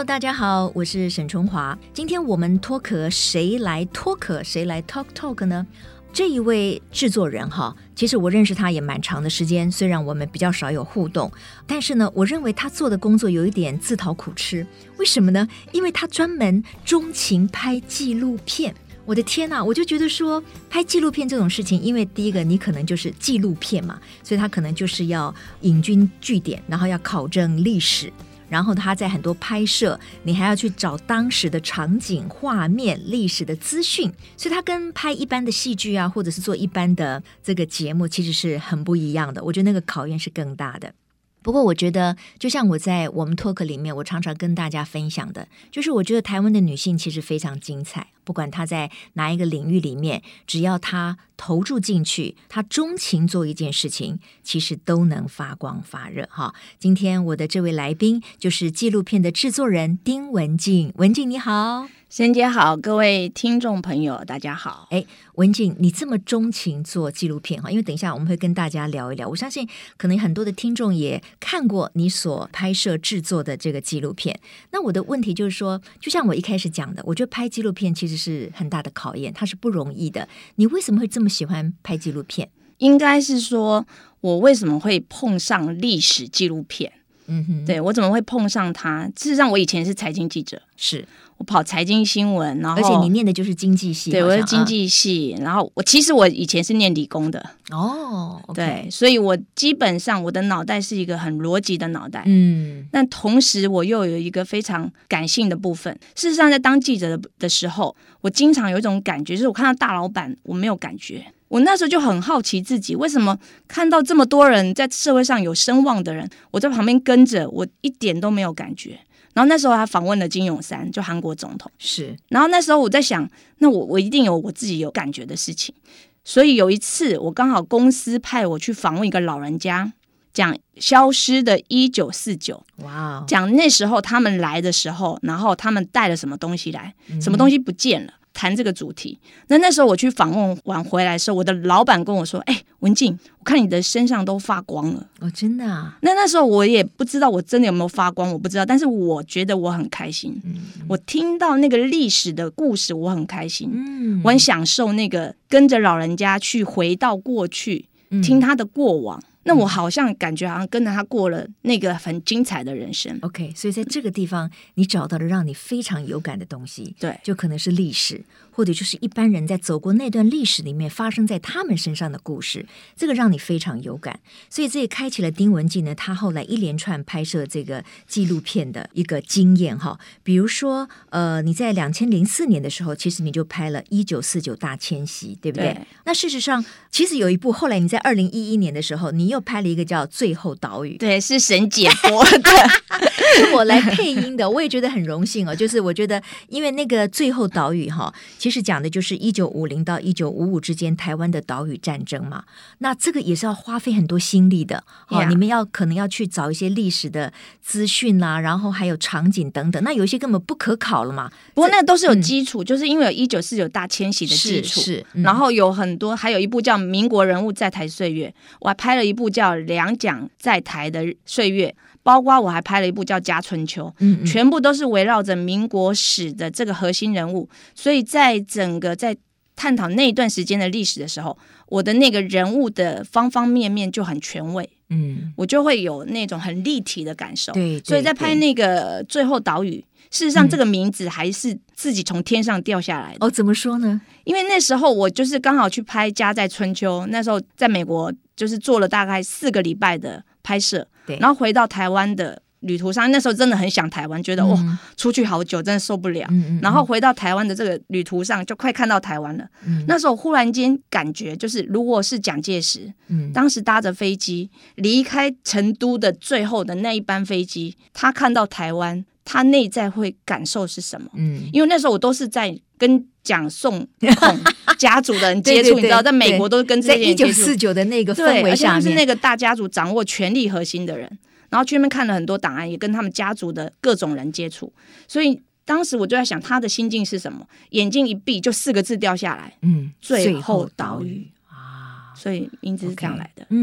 Hello， 大家好，我是沈崇华。今天我们脱壳，谁来脱壳？谁来 talk 呢？这一位制作人哈，其实我认识他也蛮长的时间，虽然我们比较少有互动，但是呢，我认为他做的工作有一点自讨苦吃。为什么呢？因为他专门钟情拍纪录片。我的天哪，我就觉得说拍纪录片这种事情，因为第一个你可能就是纪录片嘛，所以他可能就是要引经据典，然后要考证历史，然后他在很多拍摄你还要去找当时的场景画面历史的资讯，所以他跟拍一般的戏剧啊，或者是做一般的这个节目其实是很不一样的。我觉得那个考验是更大的。不过我觉得就像我在我们 talk 里面我常常跟大家分享的，就是我觉得台湾的女性其实非常精彩，不管她在哪一个领域里面，只要她投注进去，她钟情做一件事情，其实都能发光发热哈。今天我的这位来宾就是纪录片的制作人丁文静。文静你好。 沈姐好，各位听众朋友大家好。 文静，你这么钟情做纪录片哈，因为等一下我们会跟大家聊一聊，我相信可能很多的听众也看过你所拍摄制作的这个纪录片。那我的问题就是说，就像我一开始讲的，我觉得拍纪录片其实是很大的考验，它是不容易的。你为什么会这么喜欢拍纪录片？ 应该是说我为什么会碰上历史纪录片？对，我怎么会碰上它？事实上我以前是财经记者， 是我跑财经新闻，然后而且你念的就是经济系。 对，我是经济系，然后其实我以前是念理工的哦、okay、 对，所以我基本上我的脑袋是一个很逻辑的脑袋，但同时我又有一个非常感性的部分。事实上在当记者的时候，我经常有一种感觉，就是我看到大老板我没有感觉。我那时候就很好奇自己为什么看到这么多人在社会上有声望的人，我在旁边跟着，我一点都没有感觉。然后那时候还访问了金泳三，就韩国总统， 是。 然后那时候我在想，那我一定有我自己有感觉的事情。所以有一次我刚好公司派我去访问一个老人家，讲消失的1949， 哇， 讲那时候他们来的时候，然后他们带了什么东西来，什么东西不见了，谈这个主题。那时候我去访问完回来的时候，我的老板跟我说，文静，我看你的身上都发光了。 哦，真的啊？ 那时候我也不知道我真的有没有发光，我不知道，但是我觉得我很开心。我听到那个历史的故事我很开心，我很享受那个跟着老人家去回到过去，听他的过往。那我好像感觉好像跟着他过了那个很精彩的人生。 OK， 所以在这个地方你找到了让你非常有感的东西， 对， 就可能是历史，或者就是一般人在走过那段历史里面发生在他们身上的故事，这个让你非常有感。所以这也开启了丁文静呢他后来一连串拍摄这个纪录片的一个经验哈。比如说你在2004年的时候，其实你就拍了1949大迁徙，对不对？那事实上其实有一部后来你在2011年的时候你又拍了一个叫最后岛屿， 对，是沈姐播的是我来配音的，我也觉得很荣幸哦。就是我觉得因为那个最后岛屿哈，其实讲的就是1950到1955之间台湾的岛屿战争嘛，那这个也是要花费很多心力的、你们可能要去找一些历史的资讯啦，然后还有场景等等，那有一些根本不可考了嘛。 不过那都是有基础、就是因为有1949大迁徙的基础， 是、 然后有很多，还有一部叫民国人物在台岁月，我还拍了一部叫两蒋在台的岁月，包括我还拍了一部叫家春秋，全部都是围绕着民国史的这个核心人物。所以在整个在探讨那一段时间的历史的时候，我的那个人物的方方面面就很全位，我就会有那种很立体的感受。 对， 所以在拍那个最后岛屿，事实上这个名字还是自己从天上掉下来的。 怎么说呢？ 因为那时候我就是刚好去拍家在春秋，那时候在美国就是做了大概4个礼拜的拍摄，然后回到台湾的旅途上，那时候真的很想台湾，觉得出去好久真的受不了，然后回到台湾的这个旅途上就快看到台湾了，那时候忽然间感觉就是如果是蒋介石，当时搭着飞机离开成都的最后的那一班飞机，他看到台湾，他内在会感受是什么？因为那时候我都是在跟蒋宋孔家族的人接触，你知道，在美国都是跟这些人接触， 在1949的那个氛围下面， 而且他们是那个大家族掌握权力核心的人，然后去那边看了很多档案，也跟他们家族的各种人接触，所以当时我就在想他的心境是什么，眼睛一闭就4个字掉下来，最后岛屿啊，所以名字是这样来的。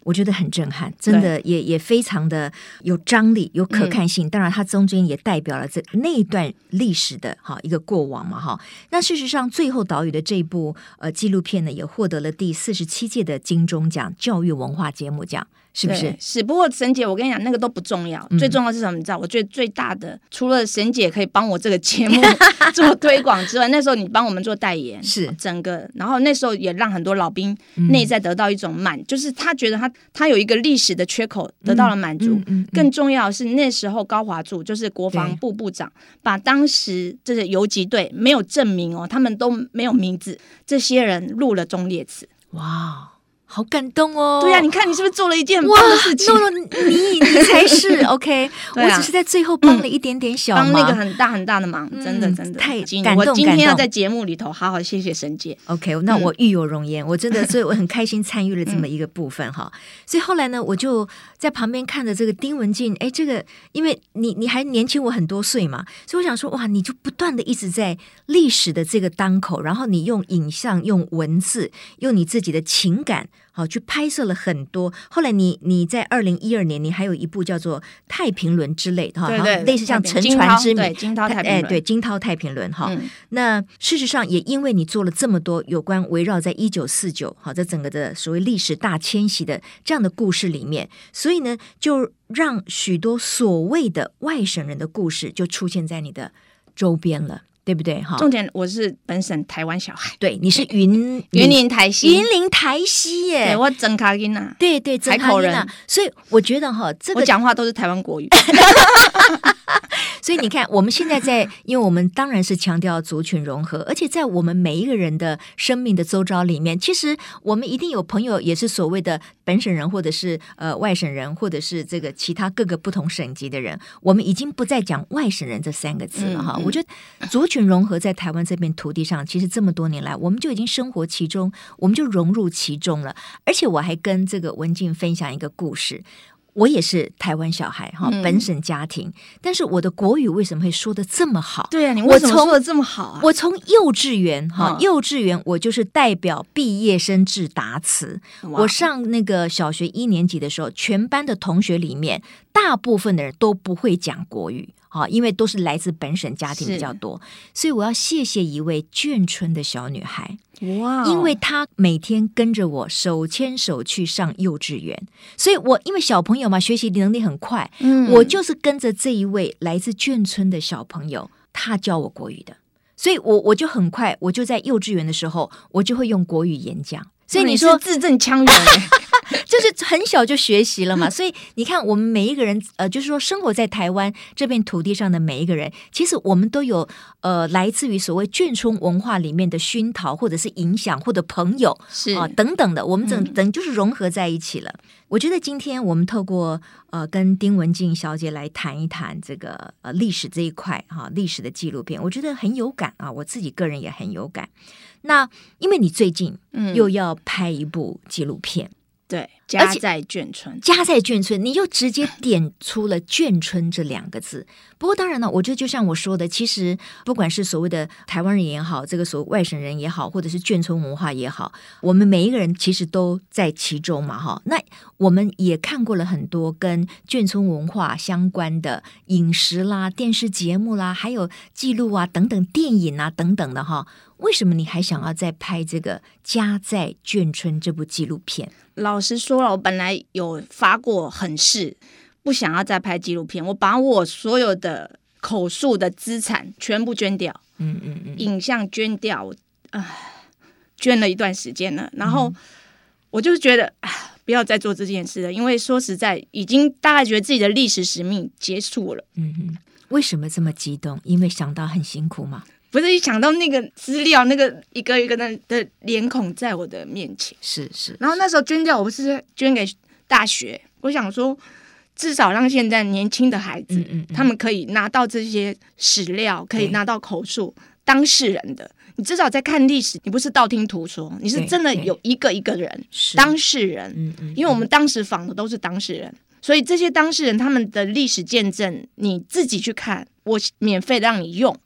我觉得很震撼，真的也非常的有张力、有可看性。当然，它中间也代表了那一段历史的一个过往嘛哈。那事实上，最后岛屿的这部纪录片呢，也获得了第47届的金钟奖教育文化节目奖。是不是？ 是。不过沈姐，我跟你讲，那个都不重要，最重要是什么？你知道？我觉得最大的，除了沈姐可以帮我这个节目做推广之外，那时候你帮我们做代言， 是整个，然后那时候也让很多老兵内在得到一种就是他觉得他有一个历史的缺口得到了满足。更重要的是那时候高华柱就是国防部部长，把当时这些游击队没有证明他们都没有名字，这些人入了忠烈祠。 哇！好感动哦！ 对啊，你看你是不是做了一件很棒的事情？ 你才是 OK 我只是在最后帮了一点点小忙， 帮那个很大很大的忙，真的太感动。 我今天要在节目里头好好谢谢沈姐。 OK， 那我育有容颜，我真的，所以我很开心参与了这么一个部分哈。所以后来呢，我就在旁边看着这个丁文静，这个因为你还年轻我很多岁嘛，所以我想说哇，你就不断的一直在历史的这个当口，然后你用影像、用文字、用你自己的情感。去拍摄了很多。后来你在2012年，你还有一部叫做《太平轮》之类的对， 类似像沉船之谜， 惊涛太平轮， 对，惊涛太平轮那事实上也因为你做了这么多有关围绕在1949这整个的所谓历史大迁徙的这样的故事里面，所以呢，就让许多所谓的外省人的故事就出现在你的周边了。对不对？ 重点我是本省台湾小孩， 对，你是云林台西， 云林台西耶， 对，我真卡音啊， 对， 海口人， 所以我觉得这个我讲话都是台湾国语。 所以你看，我们现在因为我们当然是强调族群融合，而且在我们每一个人的生命的周遭里面，其实我们一定有朋友也是所谓的本省人，或者是外省人，或者是这个其他各个不同省级的人。我们已经不再讲外省人这3个字了我觉得族群融合在台湾这片土地上，其实这么多年来，我们就已经生活其中，我们就融入其中了。而且我还跟这个文静分享一个故事。我也是台湾小孩本省家庭，但是我的国语为什么会说得这么好？ 对啊，你为什么说得这么好啊？ 我从幼稚园幼稚园我就是代表毕业生致答词。我上那个小学1年级的时候，全班的同学里面，大部分的人都不会讲国语因为都是来自本省家庭比较多，所以我要谢谢一位眷村的小女孩。 哇！ 因为她每天跟着我手牵手去上幼稚园，所以我因为小朋友嘛，学习能力很快，我就是跟着这一位来自眷村的小朋友，他教我国语的，所以我就很快，我就在幼稚园的时候，我就会用国语演讲。所以你说你字正腔圆就是很小就学习了嘛，所以你看我们每一个人就是说生活在台湾这片土地上的每一个人，其实我们都有来自于所谓眷村文化里面的熏陶，或者是影响，或者朋友是等等的，我们等就是融合在一起了。我觉得今天我们透过跟丁文静小姐来谈一谈这个历史这一块历史的纪录片，我觉得很有感我自己个人也很有感。那因为你最近又要拍一部纪录片， 对，家在眷村， 家在眷村，你又直接点出了眷村这2个字。不过当然呢，我觉得就像我说的，其实不管是所谓的台湾人也好，这个所谓外省人也好，或者是眷村文化也好，我们每一个人其实都在其中嘛那我们也看过了很多跟眷村文化相关的饮食啦、电视节目啦，还有记录等等，电影等等的为什么你还想要再拍这个《家在眷村》这部纪录片？ 老实说了，我本来有发过狠誓，不想要再拍纪录片，我把我所有的口述的资产全部捐掉，影像捐掉，捐了一段时间了，然后我就觉得不要再做这件事了，因为说实在，已经大概觉得自己的历史使命结束了。 为什么这么激动？因为想到很辛苦吗？ 不是，一想到那个资料，那个一个一个的脸孔在我的面前， 是。 然后那时候捐掉，我不是捐给大学，我想说，至少让现在年轻的孩子，他们可以拿到这些史料，可以拿到口述当事人的。你至少在看历史，你不是道听途说，你是真的有一个一个人当事人。因为我们当时访的都是当事人，所以这些当事人他们的历史见证，你自己去看，我免费让你用。 对。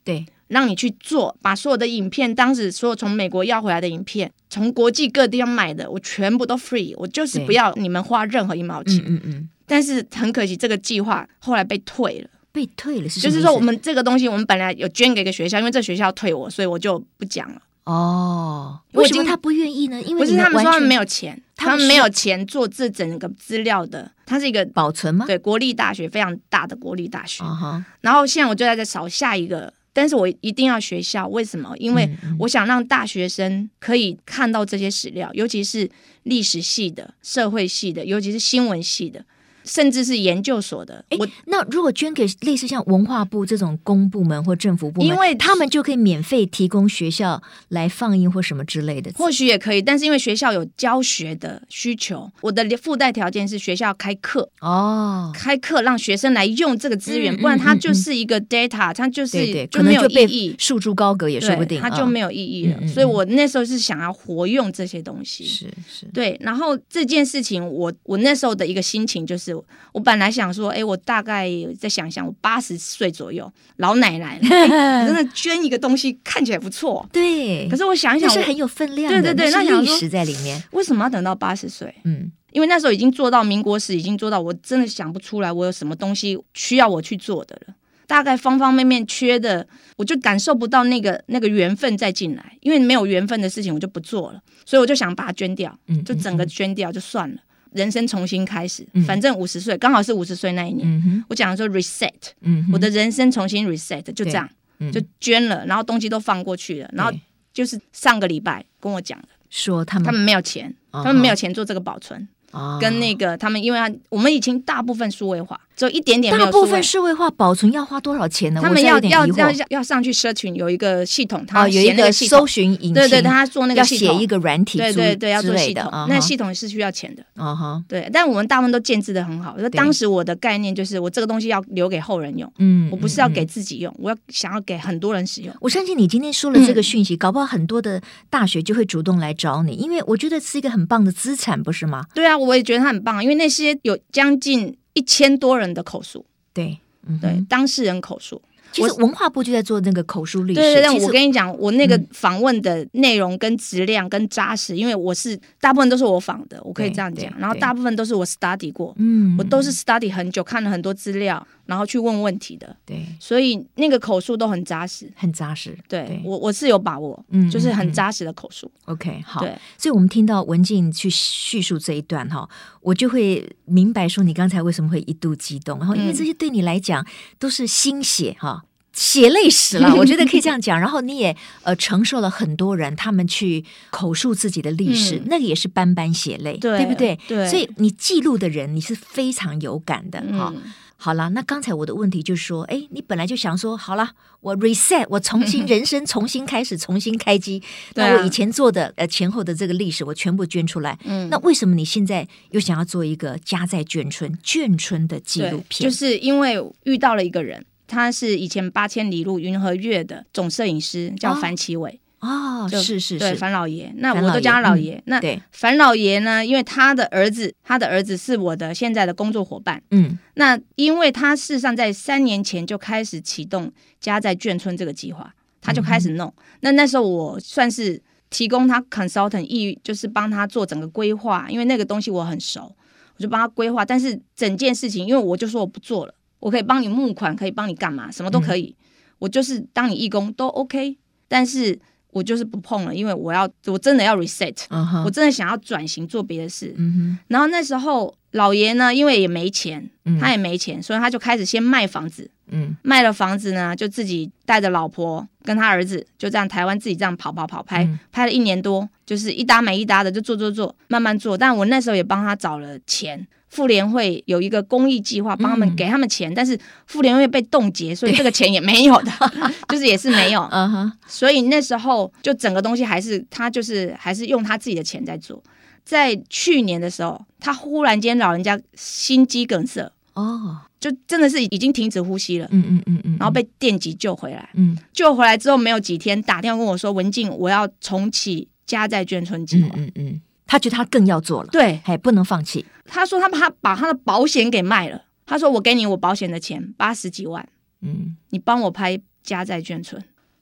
让你去做，把所有的影片，当时所有从美国要回来的影片，从国际各地方买的，我全部都 free， 我就是不要你们花任何1毛钱。但是很可惜，这个计划后来被退了。 被退了是什么意思？ 就是说我们这个东西，我们本来有捐给一个学校，因为这个学校退我，所以我就不讲了。 为什么他不愿意呢？因为不是他们说他们没有钱，他们没有钱做这整个资料的。它是一个保存吗？ 对，国立大学，非常大的国立大学。然后现在我就在找下一个，但是我一定要学校，为什么？因为我想让大学生可以看到这些史料，尤其是历史系的、社会系的，尤其是新闻系的。甚至是研究所的。 那如果捐给类似像文化部这种公部门或政府部门，因为他们就可以免费提供学校来放映或什么之类的， 或许也可以，但是因为学校有教学的需求，我的附带条件是学校开课开课让学生来用这个资源，不然它就是一个 data， 它就是就没有意义， 束之高阁也说不定， 它就没有意义了。所以我那时候是想要活用这些东西， 是对。然后这件事情，我那时候的一个心情就是。我本来想说，我大概在想我80岁左右，老奶奶了，我真的捐一个东西看起来不错， 对。 可是我想一想， 是很有分量的， 对， 那历史在里面。 为什么要等到80岁？因为那时候已经做到民国史，已经做到我真的想不出来我有什么东西需要我去做的了。大概方方面面缺的，我就感受不到那个缘分再进来，因为没有缘分的事情我就不做了，所以我就想把它捐掉，就整个捐掉就算了。人生重新开始，反正50岁刚好是50岁那一年，我讲说 reset，我的人生重新 reset， 就这样，就捐了，然后东西都放过去了，然后就是上个礼拜跟我讲的， 说他们没有钱，他们没有钱做这个保存。跟那个他们，因为我们已经大部分数位化，只有一点点没有数位。 大部分数位化保存要花多少钱呢？ 他们要上去社群有一个系统，他有一个搜寻引擎， 对，他做那个系统， 要写一个软体， 对，要做系统，那系统是需要钱的。对，但我们大部分都建制的很好。当时我的概念就是，我这个东西要留给后人用，我不是要给自己用，我想要给很多人使用。 我相信你今天说了这个讯息，搞不好很多的大学就会主动来找你，因为我觉得是一个很棒的资产，不是吗？ 对啊，我也觉得它很棒。因为那些有将近1000多人的口述， 对， 当事人口述。 其实文化部就在做那个口述历史。 对，但我跟你讲，我那个访问的内容跟质量跟扎实，因为我是大部分都是我访的，我可以这样讲。然后大部分都是我 study 过，我都是 study 很久，看了很多资料，然后去问问题的。 对， 所以那个口述都很扎实， 很扎实。 对，我是有把握，就是很扎实的口述。 OK， 好。 对， 所以我们听到文静去叙述这一段哈，我就会明白说你刚才为什么会一度激动，然后因为这些对你来讲都是心血哈。血泪史了，我觉得可以这样讲。然后你也承受了很多人他们去口述自己的历史，那个也是斑斑血泪，对不对？ 对。 所以你记录的人，你是非常有感的哈。好了，那刚才我的问题就是说，你本来就想说，好了，我 reset， 我重新人生重新开始，重新开机。那我以前做的前后的这个历史，我全部捐出来。那为什么你现在又想要做一个家在眷村的纪录片？ 就是因为遇到了一个人。他是以前8000里路云和月的总摄影师，叫樊奇伟。 是， 对，樊老爷，那我都叫他老爷。那樊老爷呢？因为他的儿子是我的现在的工作伙伴。那因为他事实上在3年前就开始启动家在眷村这个计划，他就开始弄。那时候我算是提供他 consultant， 就是帮他做整个规划，因为那个东西我很熟，我就帮他规划。但是整件事情，因为我就说我不做了。我可以帮你募款，可以帮你干嘛，什么都可以。我就是当你义工都 OK， 但是我就是不碰了，因为我真的要 reset，我真的想要转型做别的事。然后那时候老爷呢，因为也没钱，他也没钱，所以他就开始先卖房子。卖了房子呢，就自己带着老婆跟他儿子，就这样台湾自己这样跑拍了1年多，就是一搭没一搭的就做，慢慢做。但我那时候也帮他找了钱。妇联会有一个公益计划，帮他们给他们钱，但是妇联会被冻结，所以这个钱也没有的，就是也是没有。所以那时候就整个东西还是用他自己的钱在做。在去年的时候，他忽然间老人家心肌梗塞，就真的是已经停止呼吸了，然后被电击救回来。救回来之后没有几天，打电话跟我说：“文静，我要重启家在眷村计划。” 他觉得他更要做了， 对， 还不能放弃。 他说他把他的保险给卖了。他说我给你我保险的钱80几万，你帮我拍家在眷村。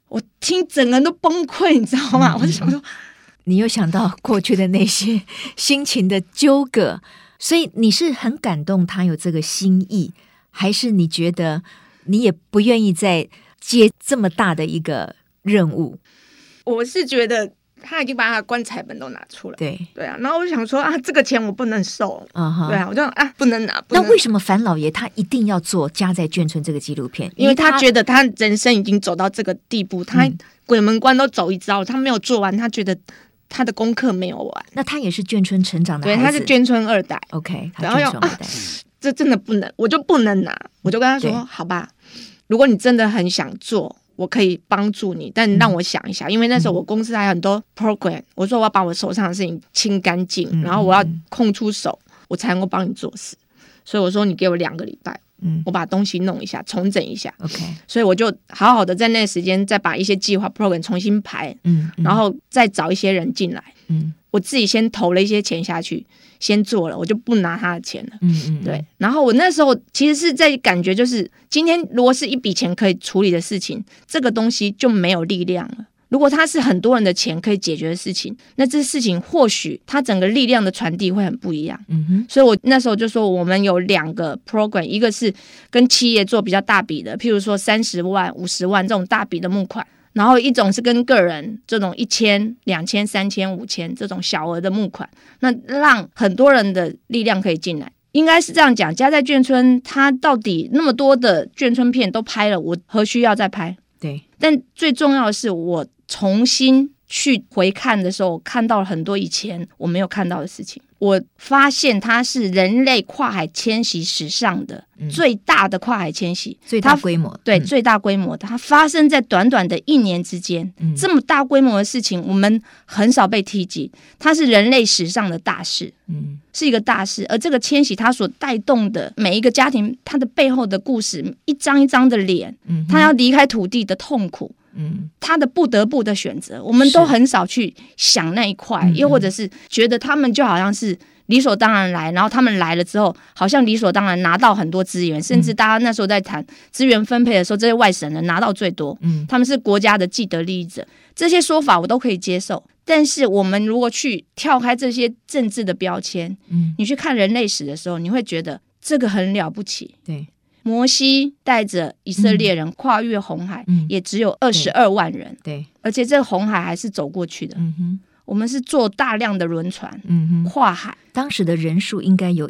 我听整个人都崩溃，你知道吗？我就想说， 你又想到过去的那些心情的纠葛，所以你是很感动他有这个心意，还是你觉得你也不愿意再接这么大的一个任务？ 我是觉得他已经把他的棺材本都拿出来， 对啊，然后我就想说啊，这个钱我不能收，对啊，我就不能拿。 那为什么樊老爷他一定要做《家在眷村》这个纪录片？ 因为他觉得他人生已经走到这个地步，他鬼门关都走一遭，他没有做完，他觉得他的功课没有完。 那他也是眷村成长的孩子， 对，他是眷村2代。 OK， 然后这真的不能，我就不能拿，我就跟他说，好吧，如果你真的很想做，我可以帮助你，但让我想一下，因为那时候我公司还有很多 program， 我说我要把我手上的事情清干净，然后我要空出手，我才能够帮你做事。所以我说你给我2个礼拜，我把东西弄一下，重整一下。 OK， 所以我就好好的在那个时间再把一些计划 program 重新排，然后再找一些人进来。我自己先投了一些钱下去，先做了，我就不拿他的钱了。对。然后我那时候其实是在感觉，就是今天如果是一笔钱可以处理的事情，这个东西就没有力量了。如果它是很多人的钱可以解决的事情，那这事情或许它整个力量的传递会很不一样。所以我那时候就说，我们有2个 program， 一个是跟企业做比较大笔的，譬如说30万、50万这种大笔的募款，然后一种是跟个人这种1000、2000、3000、5000这种小额的募款，那让很多人的力量可以进来。应该是这样讲，家在眷村它到底那么多的眷村片都拍了，我何须要再拍？ 对。 但最重要的是，我重新去回看的时候，我看到了很多以前我没有看到的事情。我发现它是人类跨海迁徙史上的最大的跨海迁徙， 最大规模， 对，最大规模的，它发生在短短的1年之间，这么大规模的事情，我们很少被提及，它是人类史上的大事，是一个大事。而这个迁徙，它所带动的每一个家庭，它的背后的故事，一张一张的脸，它要离开土地的痛苦。他的不得不的选择，我们都很少去想那一块，又或者是觉得他们就好像是理所当然来，然后他们来了之后，好像理所当然拿到很多资源，甚至大家那时候在谈资源分配的时候，这些外省人拿到最多，他们是国家的既得利益者，这些说法我都可以接受。但是我们如果去跳开这些政治的标签，你去看人类史的时候，你会觉得这个很了不起。 对。 摩西带着以色列人跨越红海，也只有22万人， 对， 而且这个红海还是走过去的。我们是坐大量的轮船，跨海， 当时的人数应该有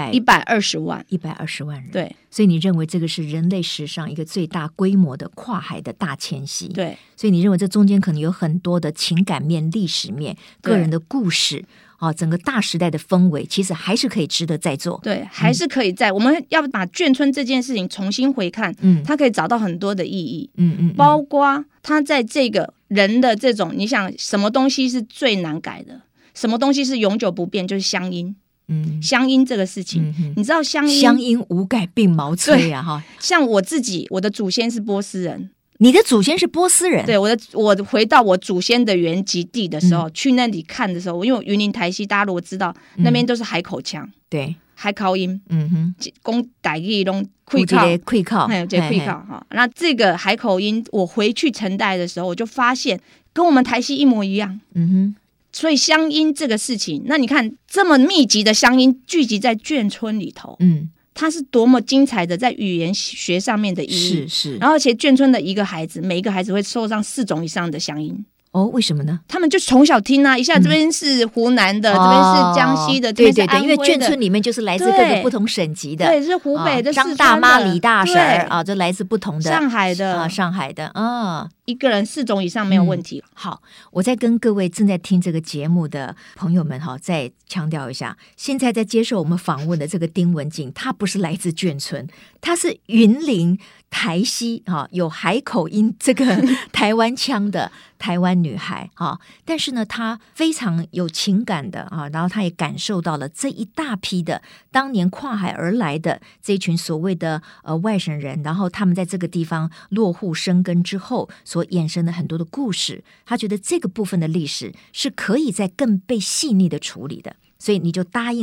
120万 ，120万人。 对， 所以你认为这个是人类史上一个最大规模的跨海的大迁徙？ 对， 所以你认为这中间可能有很多的情感面、历史面、个人的故事。整个大时代的氛围其实还是可以值得再做， 对，还是可以在我们要把眷村这件事情重新回看，它可以找到很多的意义，包括它在这个人的这种，你想什么东西是最难改的，什么东西是永久不变，就是乡音。乡音这个事情，你知道乡音无改鬓毛衰啊！哈， 像我自己，我的祖先是波斯人。 你的祖先是波斯人？ 对，我回到我祖先的原籍地的时候，去那里看的时候，因为我云林台西，大家如果知道，那边都是海口腔， 对， 海口音，讲台语拢溃靠，还有这溃靠哈。那这个海口音，我回去陈代的时候，我就发现跟我们台西一模一样。所以乡音这个事情，那你看这么密集的乡音聚集在眷村里头，它是多么精彩的在语言学上面的意义， 是。 然后而且眷村的一个孩子，每一个孩子会受上4种以上的乡音。 为什么呢？ 他们就从小听啊，一下这边是湖南的，这边是江西的，这边是安徽的， 因为眷村里面就是来自各个不同省级的， 对，是湖北的、 张大妈、李大婶啊，这来自不同的上海的一个人4种以上没有问题。 好，我再跟各位正在听这个节目的朋友们再强调一下，现在在接受我们访问的这个丁文静，她不是来自眷村，她是云林台西有海口音这个台湾腔的台湾女孩但是呢，她非常有情感的然后她也感受到了这一大批的当年跨海而来的这一群所谓的外省人，然后他们在这个地方落户生根之后所衍生的很多的故事，她觉得这个部分的历史是可以再更被细腻的处理的，所以你就答应了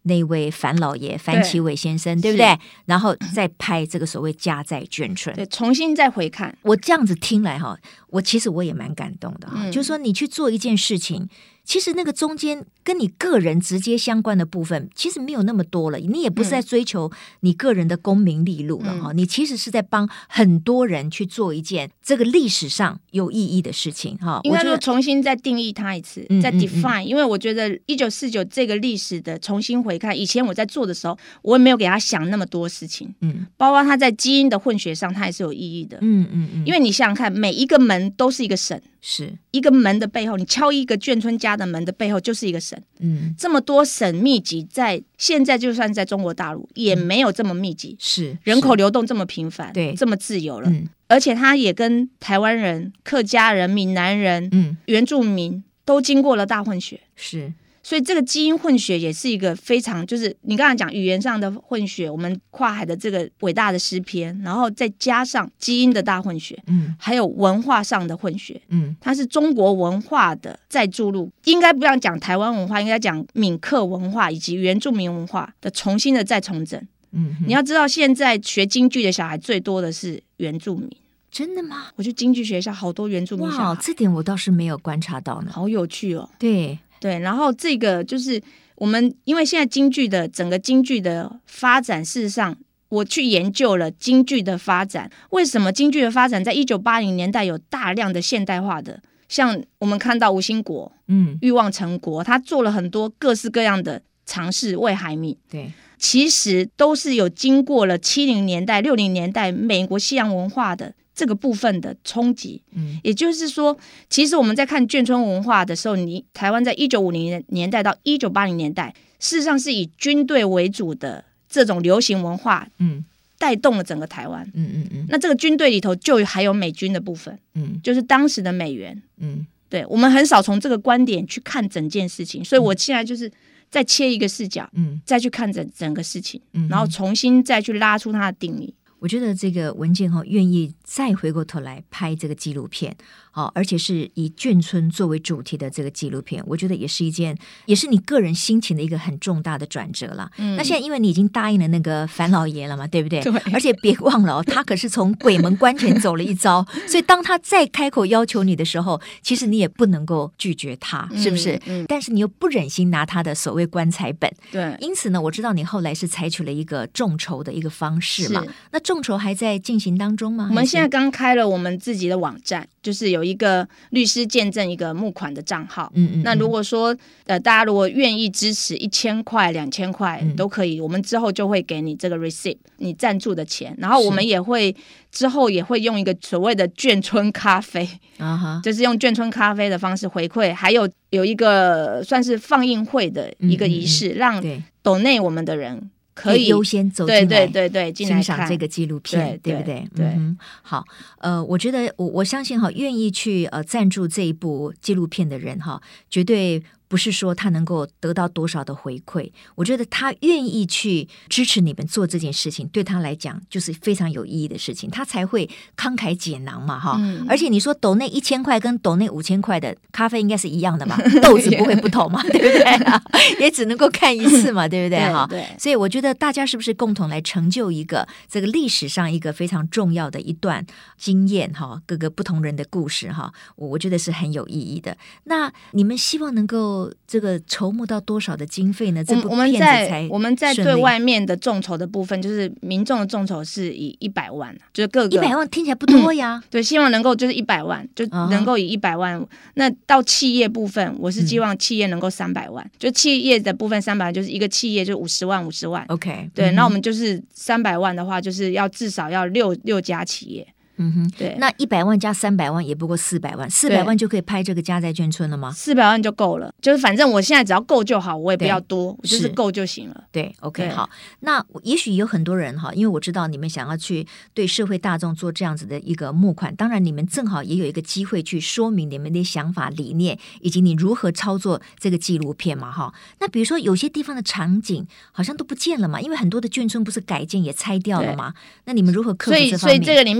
那位樊老爷樊奇伟先生，对不对？然后再拍这个所谓家在眷村， 对，重新再回看。 我这样子听来哈，其实我也蛮感动的哈，就是说你去做一件事情，其实那个中间跟你个人直接相关的部分其实没有那么多了，你也不是在追求你个人的功名利禄了哈，你其实是在帮很多人去做一件这个历史上有意义的事情哈。 应该说重新再定义它一次，再 define，因为我觉得1949这个历史的重新回看，以前我在做的时候，我也没有给他想那么多事情，包括他在基因的混血上，它也是有意义的，因为你想想看，每一个门都是一个省， 是一个门的背后，你敲一个眷村家的门的背后就是一个省，这么多省密集，在现在就算在中国大陆也没有这么密集， 是人口流动这么频繁， 对， 这么自由了，而且它也跟台湾人、客家人、闽南人、原住民都经过了大混血， 是。 所以这个基因混血也是一个非常，就是你刚才讲语言上的混血，我们跨海的这个伟大的诗篇，然后再加上基因的大混血，还有文化上的混血，它是中国文化的再注入，应该不要讲台湾文化，应该讲闽客文化以及原住民文化的重新的再重整。你要知道现在学京剧的小孩最多的是原住民。 真的吗？ 我去京剧学校好多原住民小孩， 哇，这点我倒是没有观察到呢， 好有趣哦。 对， 然后这个就是我们因为现在京剧的整个京剧的发展，事实上我去研究了京剧的发展，为什么京剧的发展在1980年代有大量的现代化的，像我们看到吴兴国、欲望成国，他做了很多各式各样的尝试为海米， 对， 其实都是有经过了70年代、60年代美国西洋文化的这个部分的冲击，也就是说，其实我们在看眷村文化的时候，台湾在1950年代到1980年代，事实上是以军队为主的这种流行文化，带动了整个台湾。那这个军队里头就还有美军的部分，就是当时的美元，对，我们很少从这个观点去看整件事情，所以我现在就是再切一个视角，再去看整个事情，然后重新再去拉出它的定义。 我觉得这个文健愿意再回过头来拍这个纪录片，而且是以眷村作为主题的这个纪录片，我觉得也是你个人心情的一个很重大的转折了。那现在因为你已经答应了那个樊老爷了嘛，对不对？ 对。 而且别忘了他可是从鬼门关前走了一遭，所以当他再开口要求你的时候，其实你也不能够拒绝他，是不是？但是你又不忍心拿他的所谓棺材本， 对。 因此呢，我知道你后来是采取了一个众筹的一个方式嘛，那众筹还在进行当中吗？ 我们现在刚开了我们自己的网站，就是有一个律师见证一个募款的账号。那如果说大家如果愿意支持1000块、2000块都可以，我们之后就会给你这个 receipt， 你赞助的钱，然后我们也会之后也会用一个所谓的眷村咖啡，就是用眷村咖啡的方式回馈，还有一个算是放映会的一个仪式，让donate我们的人可以优先走进来， 对， 欣赏这个纪录片，对不对？ 对， 好，我觉得我相信愿意去赞助这一部纪录片的人绝对不是说他能够得到多少的回馈，我觉得他愿意去支持你们做这件事情，对他来讲就是非常有意义的事情，他才会慷慨解囊嘛而且你说斗内1000块跟斗内5000块的咖啡应该是一样的嘛，豆子不会不同嘛，对不对？也只能够看一次嘛，对不对？ 对， 所以我觉得大家是不是共同来成就一个这个历史上一个非常重要的一段经验各个不同人的故事我觉得是很有意义的。那你们希望能够这个筹募到多少的经费呢？这部片子才我们在对外面的众筹的部分，就是民众的众筹是以100万，就是各个 100万听起来不多呀。 对，希望能够就是100万，就能够以100万。那到企业部分，我是希望企业能够300万，就企业的部分300万，就是一个企业就50万。 OK， 对，那我们就是300万的话，就是要至少要6家企业。对， 那100万加300万也不过400万，400万就可以拍这个家在眷村了吗 ？400万就够了，就是反正我现在只要够就好，我也不要多，我就是够就行了。 对 ，OK， 好。那也许有很多人因为我知道你们想要去对社会大众做这样子的一个募款，当然你们正好也有一个机会去说明你们的想法、理念，以及你如何操作这个纪录片嘛那比如说有些地方的场景好像都不见了嘛，因为很多的眷村不是改建也拆掉了嘛，那你们如何克服这方面？ 所以这个里面的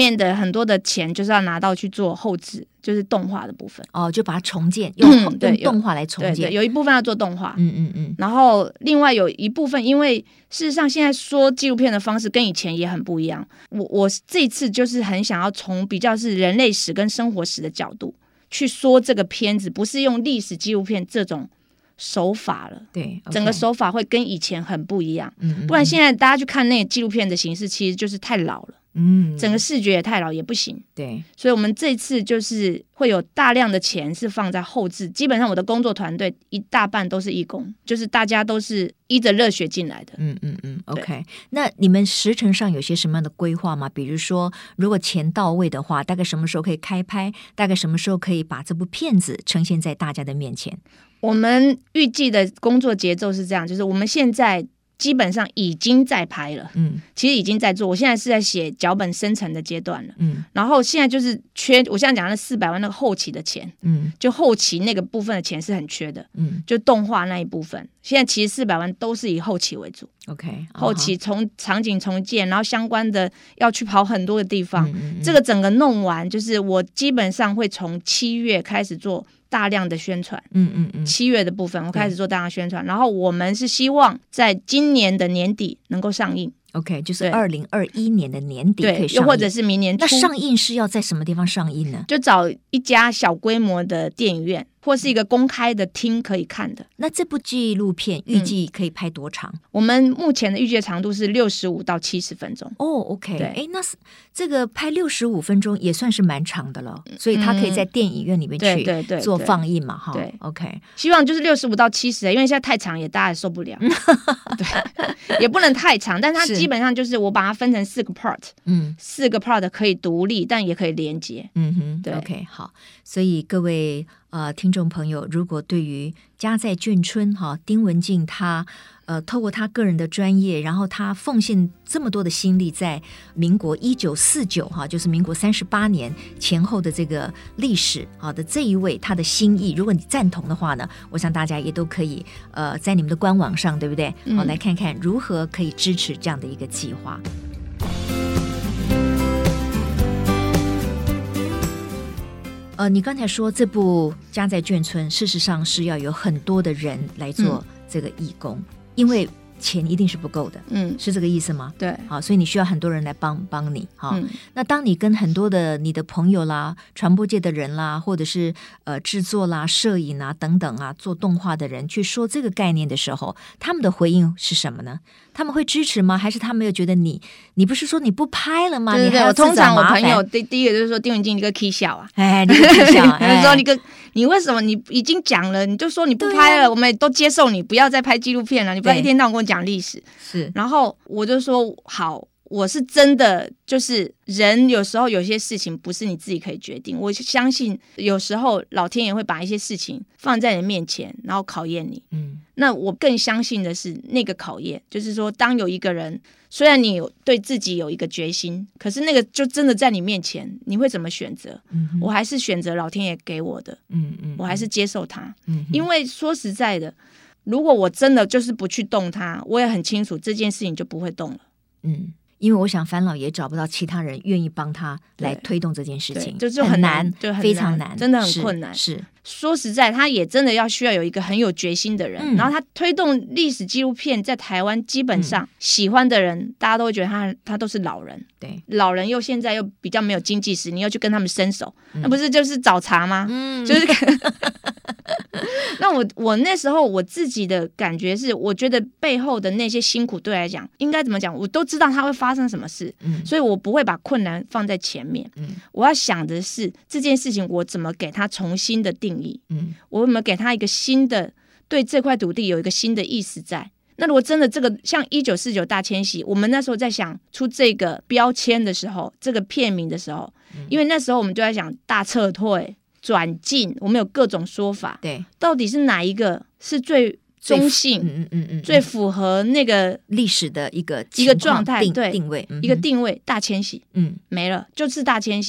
很多的钱就是要拿到去做后制，就是动画的部分。 就把它重建，用动画来重建。 对，有一部分要做动画。然后另外有一部分，因为事实上现在说纪录片的方式跟以前也很不一样。我这一次就是很想要从比较是人类史跟生活史的角度去说这个片子，不是用历史纪录片这种手法了。 对， 整个手法会跟以前很不一样。不然现在大家去看那个纪录片的形式，其实就是太老了。整个视觉也太老也不行。 对， 所以我们这次就是会有大量的钱是放在后制，基本上我的工作团队一大半都是义工，就是大家都是依着热血进来的。 OK， 那你们时程上有些什么样的规划吗？比如说如果钱到位的话，大概什么时候可以开拍，大概什么时候可以把这部片子呈现在大家的面前？ 我们预计的工作节奏是这样，就是我们现在基本上已经在拍了，其实已经在做。我现在是在写脚本生成的阶段了，然后现在就是缺，我现在讲的400万那个后期的钱，就后期那个部分的钱是很缺的，就动画那一部分，现在其实400万都是以后期为主。 OK， 后期从场景重建，然后相关的要去跑很多的地方，这个整个弄完，就是我基本上会从7月开始做大量的宣传，7月的部分我开始做大量宣传，然后我们是希望在今年的年底能够上映。 OK， 就是2021年的年底可以上映， 又或者是明年初。 那上映是要在什么地方上映呢？ 就找一家小规模的电影院，或是一个公开的厅可以看的。 那这部纪录片预计可以拍多长？ 我们目前的预计长度是65到70分钟。 OK， 那这个拍65分钟也算是蛮长的了，所以它可以在电影院里面去做放映嘛，哈。 对 ，OK， 希望就是65到70，因为现在太长大家也受不了。对，也不能太长，但它基本上就是我把它分成4个 part，4个 part 可以独立，但也可以连接。 对 ，OK， 好，所以各位听众朋友，如果对于家在眷村丁文静他透过他个人的专业，然后他奉献这么多的心力在民国1949就是民国38年前后的这个历史的这一位他的心意，如果你赞同的话呢，我想大家也都可以在你们的官网上，对不对？来看看如何可以支持这样的一个计划。你刚才说这部家在眷村事实上是要有很多的人来做这个义工，因为钱一定是不够的，是这个意思吗？ 对， 好，所以你需要很多人来帮你，那当你跟很多的你的朋友啦、传播界的人啦，或者是制作啦、摄影啊等等啊，做动画的人去说这个概念的时候，他们的回应是什么呢？他们会支持吗？还是他们又觉得你不是说你不拍了吗？ 对， 你还要通常我朋友第一个就是说丁文静你个 K 笑啊， 你个 K 笑， 他说你为什么你已经讲了，你就说你不拍了，我们也都接受你，不要再拍纪录片了，你不要一天到晚跟我讲历史。 是， 然后我就说好。我是真的，就是人有时候有些事情不是你自己可以决定。我相信有时候老天爷会把一些事情放在你面前，然后考验你。那我更相信的是那个考验，就是说，当有一个人，虽然你对自己有一个决心，可是那个就真的在你面前，你会怎么选择？我还是选择老天爷给我的。我还是接受它。因为说实在的，如果我真的就是不去动它，我也很清楚这件事情就不会动了。 因为我想樊老爷找不到其他人愿意帮他来推动这件事情， 就很难， 非常难， 真的很困难。 是说实在，他也真的需要有一个很有决心的人。然后他推动历史纪录片在台湾，基本上喜欢的人，大家都会觉得他都是老人。 对， 老人现在又比较没有经济实力，你又去跟他们伸手，那不是就是找茬吗？就是那我那时候我自己的感觉是，我觉得背后的那些辛苦对来讲，应该怎么讲，我都知道它会发生什么事，所以我不会把困难放在前面。我要想的是这件事情我怎么给它重新的定义，我有没有给它一个新的，对这块土地有一个新的意思在。那如果真的这个像1949大迁徙，我们那时候在想出这个标签的时候，这个片名的时候，因为那时候我们就在想大撤退、转进，我们有各种说法， 对， 到底是哪一个是最中性，最符合那个历史的一个状态， 定位， 一个定位。大迁徙，没了，就是大迁徙，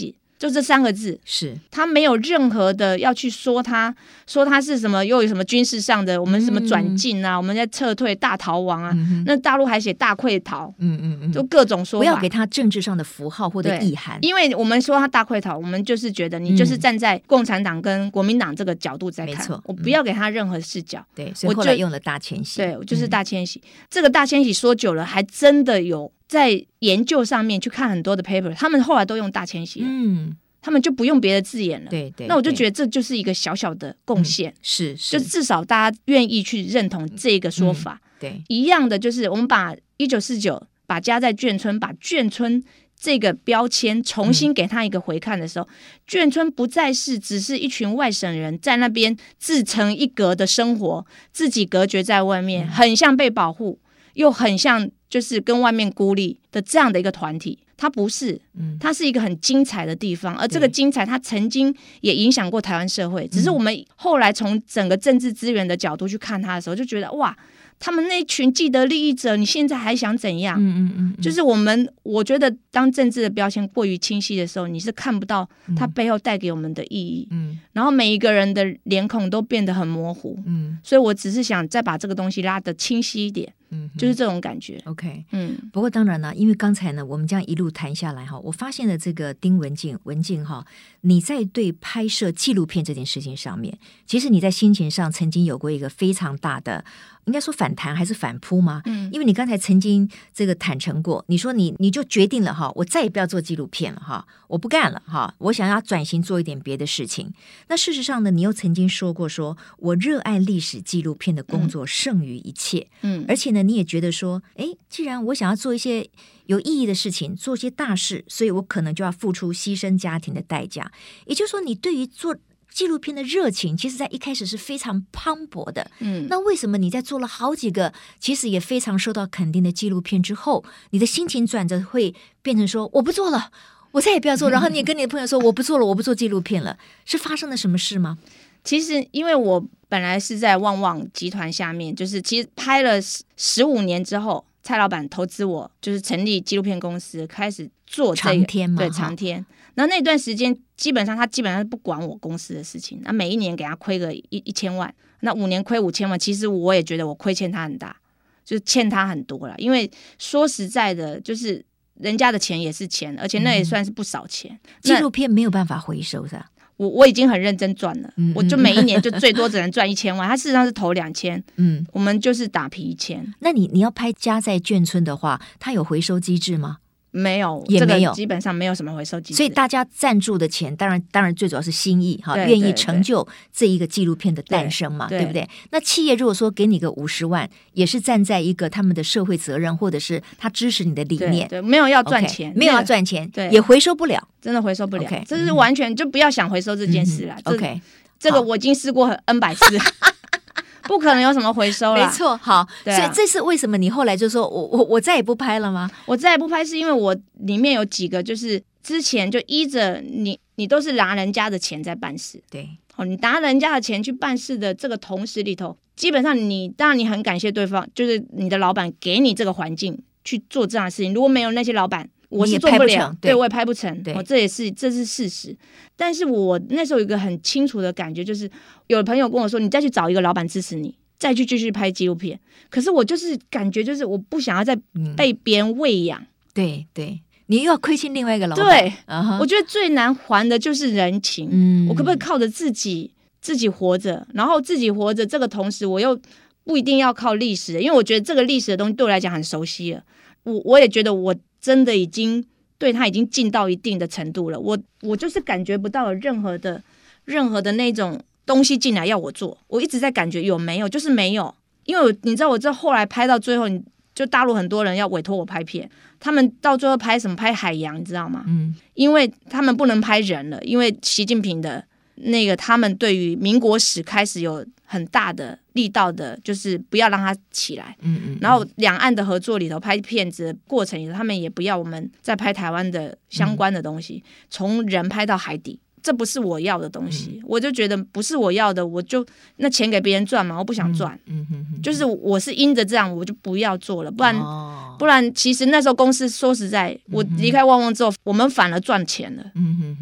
就这3个字， 是他没有任何的要去说他是什么，又有什么军事上的，我们什么转进啊，我们在撤退大逃亡啊，那大陆还写大溃逃，就各种说法， 不要给他政治上的符号或者意涵， 因为我们说他大溃逃，我们就是觉得你就是站在共产党跟国民党这个角度在看，没错，我不要给他任何视角， 对，所以后来用了大迁徙， 对，我就是大迁徙，这个大迁徙说久了，还真的有在研究上面去看很多的 paper， 他们后来都用大迁徙了，他们就不用别的字眼了。 对对， 那我就觉得这就是一个小小的贡献， 是， 就至少大家愿意去认同这个说法。 对， 一样的就是我们把1949把家在眷村，把眷村这个标签重新给他一个回看的时候，眷村不再是只是一群外省人在那边自成一格的生活，自己隔绝在外面，很像被保护，又很像就是跟外面孤立的这样的一个团体。它不是，它是一个很精彩的地方，而这个精彩它曾经也影响过台湾社会，只是我们后来从整个政治资源的角度去看它的时候，就觉得哇，他们那群既得利益者，你现在还想怎样？就是我觉得当政治的标签过于清晰的时候，你是看不到它背后带给我们的意义。然后每一个人的脸孔都变得很模糊。所以我只是想再把这个东西拉得清晰一点。就是这种感觉。 OK， 不过当然了，因为刚才呢，我们这样一路谈下来哈，我发现了这个丁文静哈，你在对拍摄纪录片这件事情上面，其实你在心情上曾经有过一个非常大的，应该说反弹还是反扑吗？因为你刚才曾经这个坦诚过，你说你就决定了哈，我再也不要做纪录片了哈，我不干了哈，我想要转型做一点别的事情。那事实上呢，你又曾经说过说我热爱历史纪录片的工作胜于一切。而且呢，你也觉得说，既然我想要做一些有意义的事情，做一些大事，所以我可能就要付出牺牲家庭的代价。也就是说，你对于做纪录片的热情，其实在一开始是非常磅礴的。那为什么你在做了好几个其实也非常受到肯定的纪录片之后，你的心情转折会变成说我不做了，我再也不要做，然后你也跟你的朋友说我不做了，我不做纪录片了，是发生了什么事吗？ 其实因为我本来是在旺旺集团下面，就是其实拍了15年之后，蔡老板投资我，就是成立纪录片公司，开始做这个长天嘛， 对，长天。然后那段时间基本上是不管我公司的事情，那每一年给他亏个1000万，那5年亏5000万，其实我也觉得我亏欠他很大，就是欠他很多了。因为说实在的，就是人家的钱也是钱，而且那也算是不少钱。 纪录片没有办法回收的。 我已经很认真赚了，我就每一年就最多只能赚1000万，他事实上是投2000，我们就是打皮1000。 那你要拍家在眷村的话，它有回收机制吗？ 没有， 也没有， 这个基本上没有什么回收机制。 所以大家赞助的钱，当然最主要是心意哈，愿意成就这一个纪录片的诞生嘛， 对不对？那企业如果说给你个50万，也是站在一个他们的社会责任，或者是他支持你的理念， 对，没有要赚钱， 没有要赚钱， 对， 也回收不了， 真的回收不了，这是完全就不要想回收这件事啦。 OK， 这个我已经试过N百次。不可能有什么回收啦。 没错，好，所以这是为什么你后来就说我再也不拍了吗？ 我再也不拍是因为我里面有几个就是之前就依着你都是拿人家的钱在办事， 对， 你拿人家的钱去办事的这个同时里头，基本上当然你很感谢对方，就是你的老板给你这个环境去做这样的事情，如果没有那些老板，我是做不了，对，我也拍不成，这是事实。但是我那时候有一个很清楚的感觉，就是有朋友跟我说，你再去找一个老板支持你，再去继续拍纪录片。可是我就是感觉，就是我不想要再被别人喂养， 对对，你又要亏欠另外一个老板。 对，我觉得最难还的就是人情。我可不可以靠着自己活着，然后自己活着这个同时，我又不一定要靠历史，因为我觉得这个历史的东西对我来讲很熟悉了。我也觉得我真的已经对他已经进到一定的程度了，我就是感觉不到任何的那种东西进来要我做，我一直在感觉有没有，就是没有。因为你知道我这后来拍到最后，就大陆很多人要委托我拍片，他们到最后拍什么拍海洋，你知道吗？因为他们不能拍人了，因为习近平的那个他们对于民国史开始有很大的力道的，就是不要让它起来。然后两岸的合作里头拍片子的过程里头，他们也不要我们再拍台湾的相关的东西，从人拍到海底，这不是我要的东西。我就觉得不是我要的，我就那钱给别人赚嘛，我不想赚。就是我是因着这样，我就不要做了，不然其实那时候公司说实在，我离开旺旺之后，我们反而赚钱了。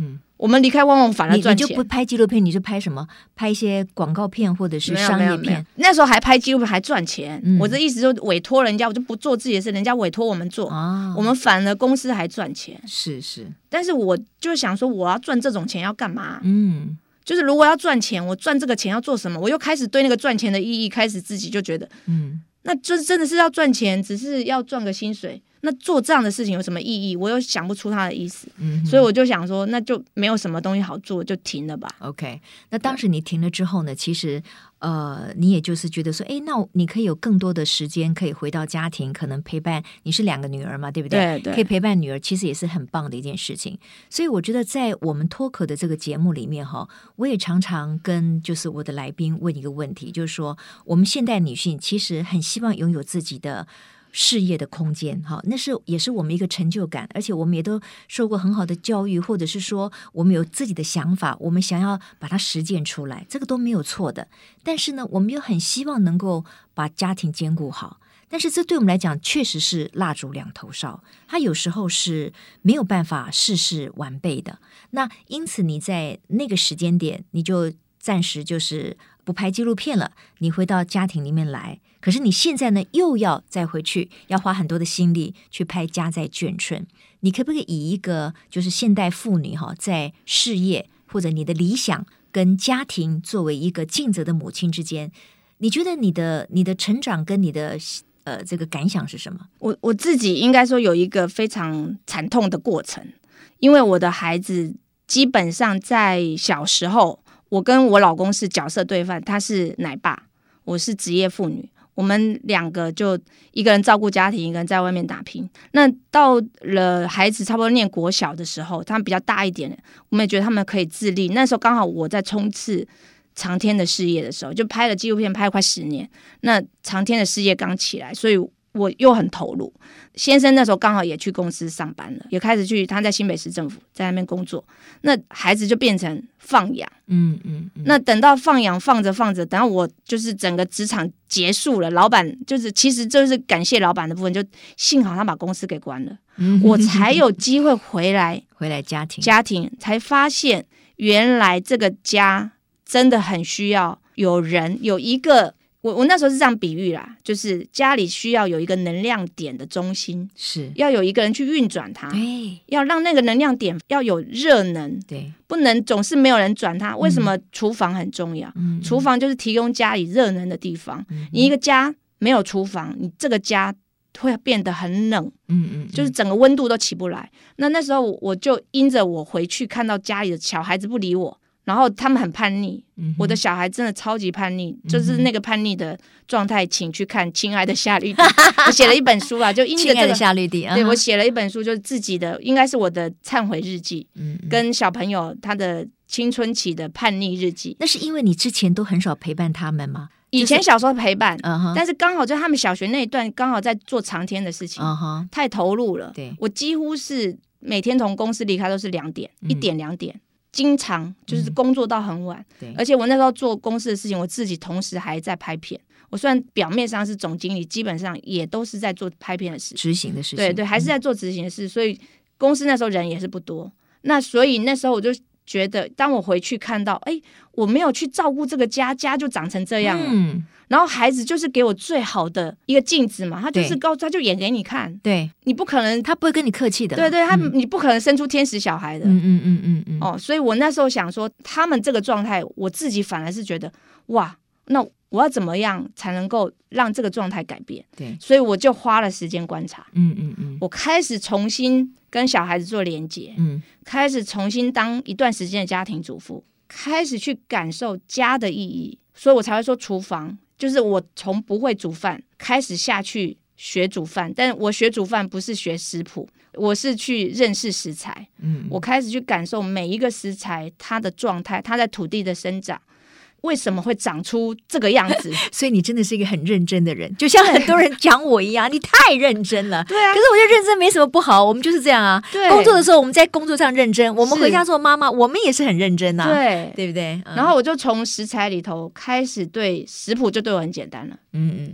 我们离开旺旺反而赚钱。 你就不拍纪录片，你就拍什么？拍一些广告片或者是商业片。 没有那时候还拍纪录片还赚钱。我的意思就委托人家，我就不做自己的事，人家委托我们做，我们反而公司还赚钱。 是， 但是我就想说，我要赚这种钱要干嘛？就是如果要赚钱，我赚这个钱要做什么？我又开始对那个赚钱的意义开始自己就觉得，那就是真的是要赚钱，只是要赚个薪水。那做这样的事情有什么意义？我又想不出它的意思，所以我就想说，那就没有什么东西好做，就停了吧。 OK， 那当时你停了之后呢？其实你也就是觉得说，那你可以有更多的时间可以回到家庭，可能陪伴。你是2个女儿嘛，对不对？ 对， 可以陪伴女儿，其实也是很棒的一件事情。所以我觉得在我们脱壳的这个节目里面哈，我也常常跟就是我的来宾问一个问题，就是说我们现代女性其实很希望拥有自己的事业的空间，那也是我们一个成就感，而且我们也都受过很好的教育，或者是说我们有自己的想法，我们想要把它实践出来，这个都没有错的。但是呢，我们又很希望能够把家庭兼顾好，但是这对我们来讲确实是蜡烛两头烧，它有时候是没有办法事事完备的。那因此你在那个时间点，你就暂时就是不拍纪录片了，你回到家庭里面来。可是你现在呢，又要再回去，要花很多的心力去拍家在眷村。你可不可以以一个就是现代妇女在事业或者你的理想跟家庭作为一个尽责的母亲之间，你觉得你的成长跟你的这个感想是什么？ 我自己应该说有一个非常惨痛的过程，因为我的孩子基本上在小时候，我跟我老公是角色对换，他是奶爸，我是职业妇女。我们2个就一个人照顾家庭，一个人在外面打拼。那到了孩子差不多念国小的时候，他们比较大一点了，我们也觉得他们可以自立。那时候刚好我在冲刺长天的事业的时候，就拍了纪录片，拍了快10年。那长天的事业刚起来，所以我又很投入。先生那时候刚好也去公司上班了，也开始他在新北市政府在那边工作。那孩子就变成放养，那等到放养放着，等到我就是整个职场结束了，老板其实就是感谢老板的部分，就幸好他把公司给关了，我才有机会回来家庭，才发现原来这个家真的很需要有人有一个。我那时候是这样比喻啦，就是家里需要有一个能量点的中心，是要有一个人去运转它，对，要让那个能量点要有热能，对，不能总是没有人转它。为什么厨房很重要？厨房就是提供家里热能的地方。你一个家没有厨房，你这个家会变得很冷，就是整个温度都起不来。那时候我就因着我回去看到家里的小孩子不理我。然后他们很叛逆，我的小孩真的超级叛逆，就是那个叛逆的状态，请去看《亲爱的夏绿蒂》我写了一本书啦，就因着这个亲爱的夏绿蒂， 对，我写了一本书，就是自己的，应该是我的忏悔日记，跟小朋友他的青春期的叛逆日记。 那是因为你之前都很少陪伴他们吗？ 以前小时候陪伴，但是刚好就他们小学那一段刚好在做长天的事情，太投入了。对，我几乎是每天从公司离开都是2点，1点2点。经常就是工作到很晚，而且我那时候做公司的事情，我自己同时还在拍片。我虽然表面上是总经理，基本上也都是在做拍片的事， 执行的事情。 对，还是在做执行的事，所以公司那时候人也是不多。那所以那时候我就觉得，当我回去看到，我没有去照顾这个家就长成这样了。然后孩子就是给我最好的一个镜子嘛，他就演给你看，对，你不可能， 他不会跟你客气的， 对，你不可能生出天使小孩的，所以我那时候想说，他们这个状态，我自己反而是觉得，哇，那我要怎么样才能够让这个状态改变？对，所以我就花了时间观察，我开始重新跟小孩子做连结，开始重新当一段时间的家庭主妇，开始去感受家的意义，所以我才会说厨房。就是我从不会煮饭开始下去学煮饭，但我学煮饭不是学食谱，我是去认识食材。我开始去感受每一个食材它的状态，它在土地的生长，为什么会长出这个样子。 所以你真的是一个很认真的人，就像很多人讲我一样，你太认真了。对啊，可是我觉得认真没什么不好，我们就是这样啊。对，工作的时候我们在工作上认真，我们回家做妈妈我们也是很认真啊，对不对？ 然后我就从食材里头开始，对食谱就对我很简单了。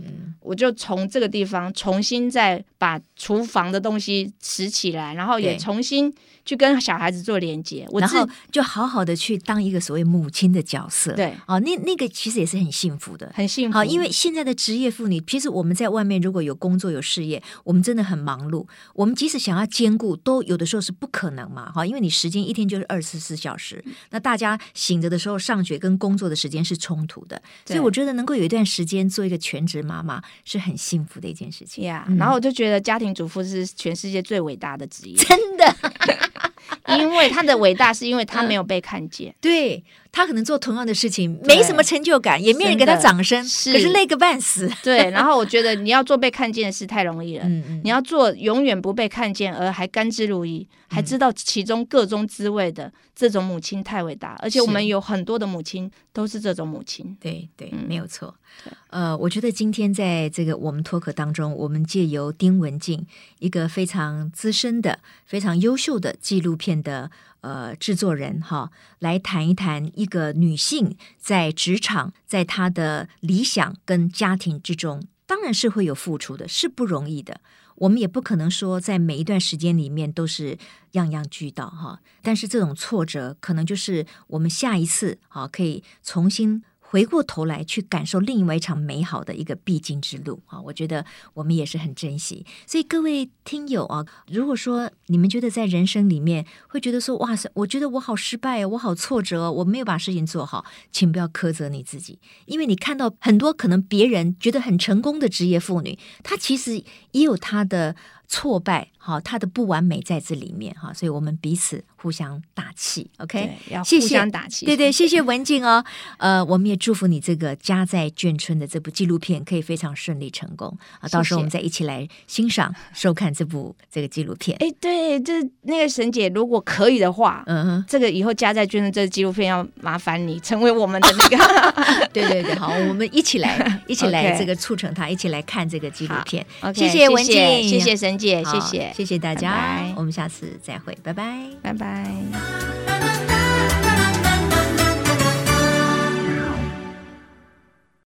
我就从这个地方重新再把厨房的东西拾起来，然后也重新去跟小孩子做连接， 然后就好好的去当一个所谓母亲的角色。 对， 那个其实也是很幸福的， 很幸福。 好，因为现在的职业妇女，其实我们在外面如果有工作有事业，我们真的很忙碌，我们即使想要兼顾，都有的时候是不可能嘛。因为你时间一天就是24小时，那大家醒着的时候上学跟工作的时间是冲突的，所以我觉得能够有一段时间做一个全职妈妈是很幸福的一件事情。 然后我就觉得家庭主妇是全世界最伟大的职业， 真的。 因为他的伟大是因为他没有被看见， 对，他可能做同样的事情没什么成就感，也没人给他掌声，可是累个半死。 对，然后我觉得你要做被看见的事太容易了，你要做永远不被看见而还甘之如饴，还知道其中各中滋味的这种母亲太伟大，而且我们有很多的母亲都是这种母亲。 对，没有错。我觉得今天在这个我们脱口当中，我们借由丁文静一个非常资深的非常优秀的纪录片的制作人来谈一谈一个女性在职场，在她的理想跟家庭之中，当然是会有付出的，是不容易的。我们也不可能说在每一段时间里面都是样样俱到但是这种挫折可能就是我们下一次可以重新回过头来去感受另外一场美好的一个必经之路我觉得我们也是很珍惜。所以各位听友如果说你们觉得在人生里面会觉得说哇塞，我觉得我好失败我好挫折我没有把事情做好，请不要苛责你自己，因为你看到很多可能别人觉得很成功的职业妇女，她其实也有她的挫败他的不完美在这里面所以我们彼此互相打气 OK， 要互相打气。 对，谢谢文静我们也祝福你这个家在眷村的这部纪录片可以非常顺利成功到时候我们再一起来欣赏收看这个纪录片。 对，这那个沈姐如果可以的话这个以后家在眷村这个纪录片要麻烦你成为我们的那个对，好，我们一起来这个促成它，一起来看这个纪录片。 OK， 谢谢文静， 谢谢沈姐，谢谢大家， 拜拜， 我们下次再会，拜拜， 拜拜。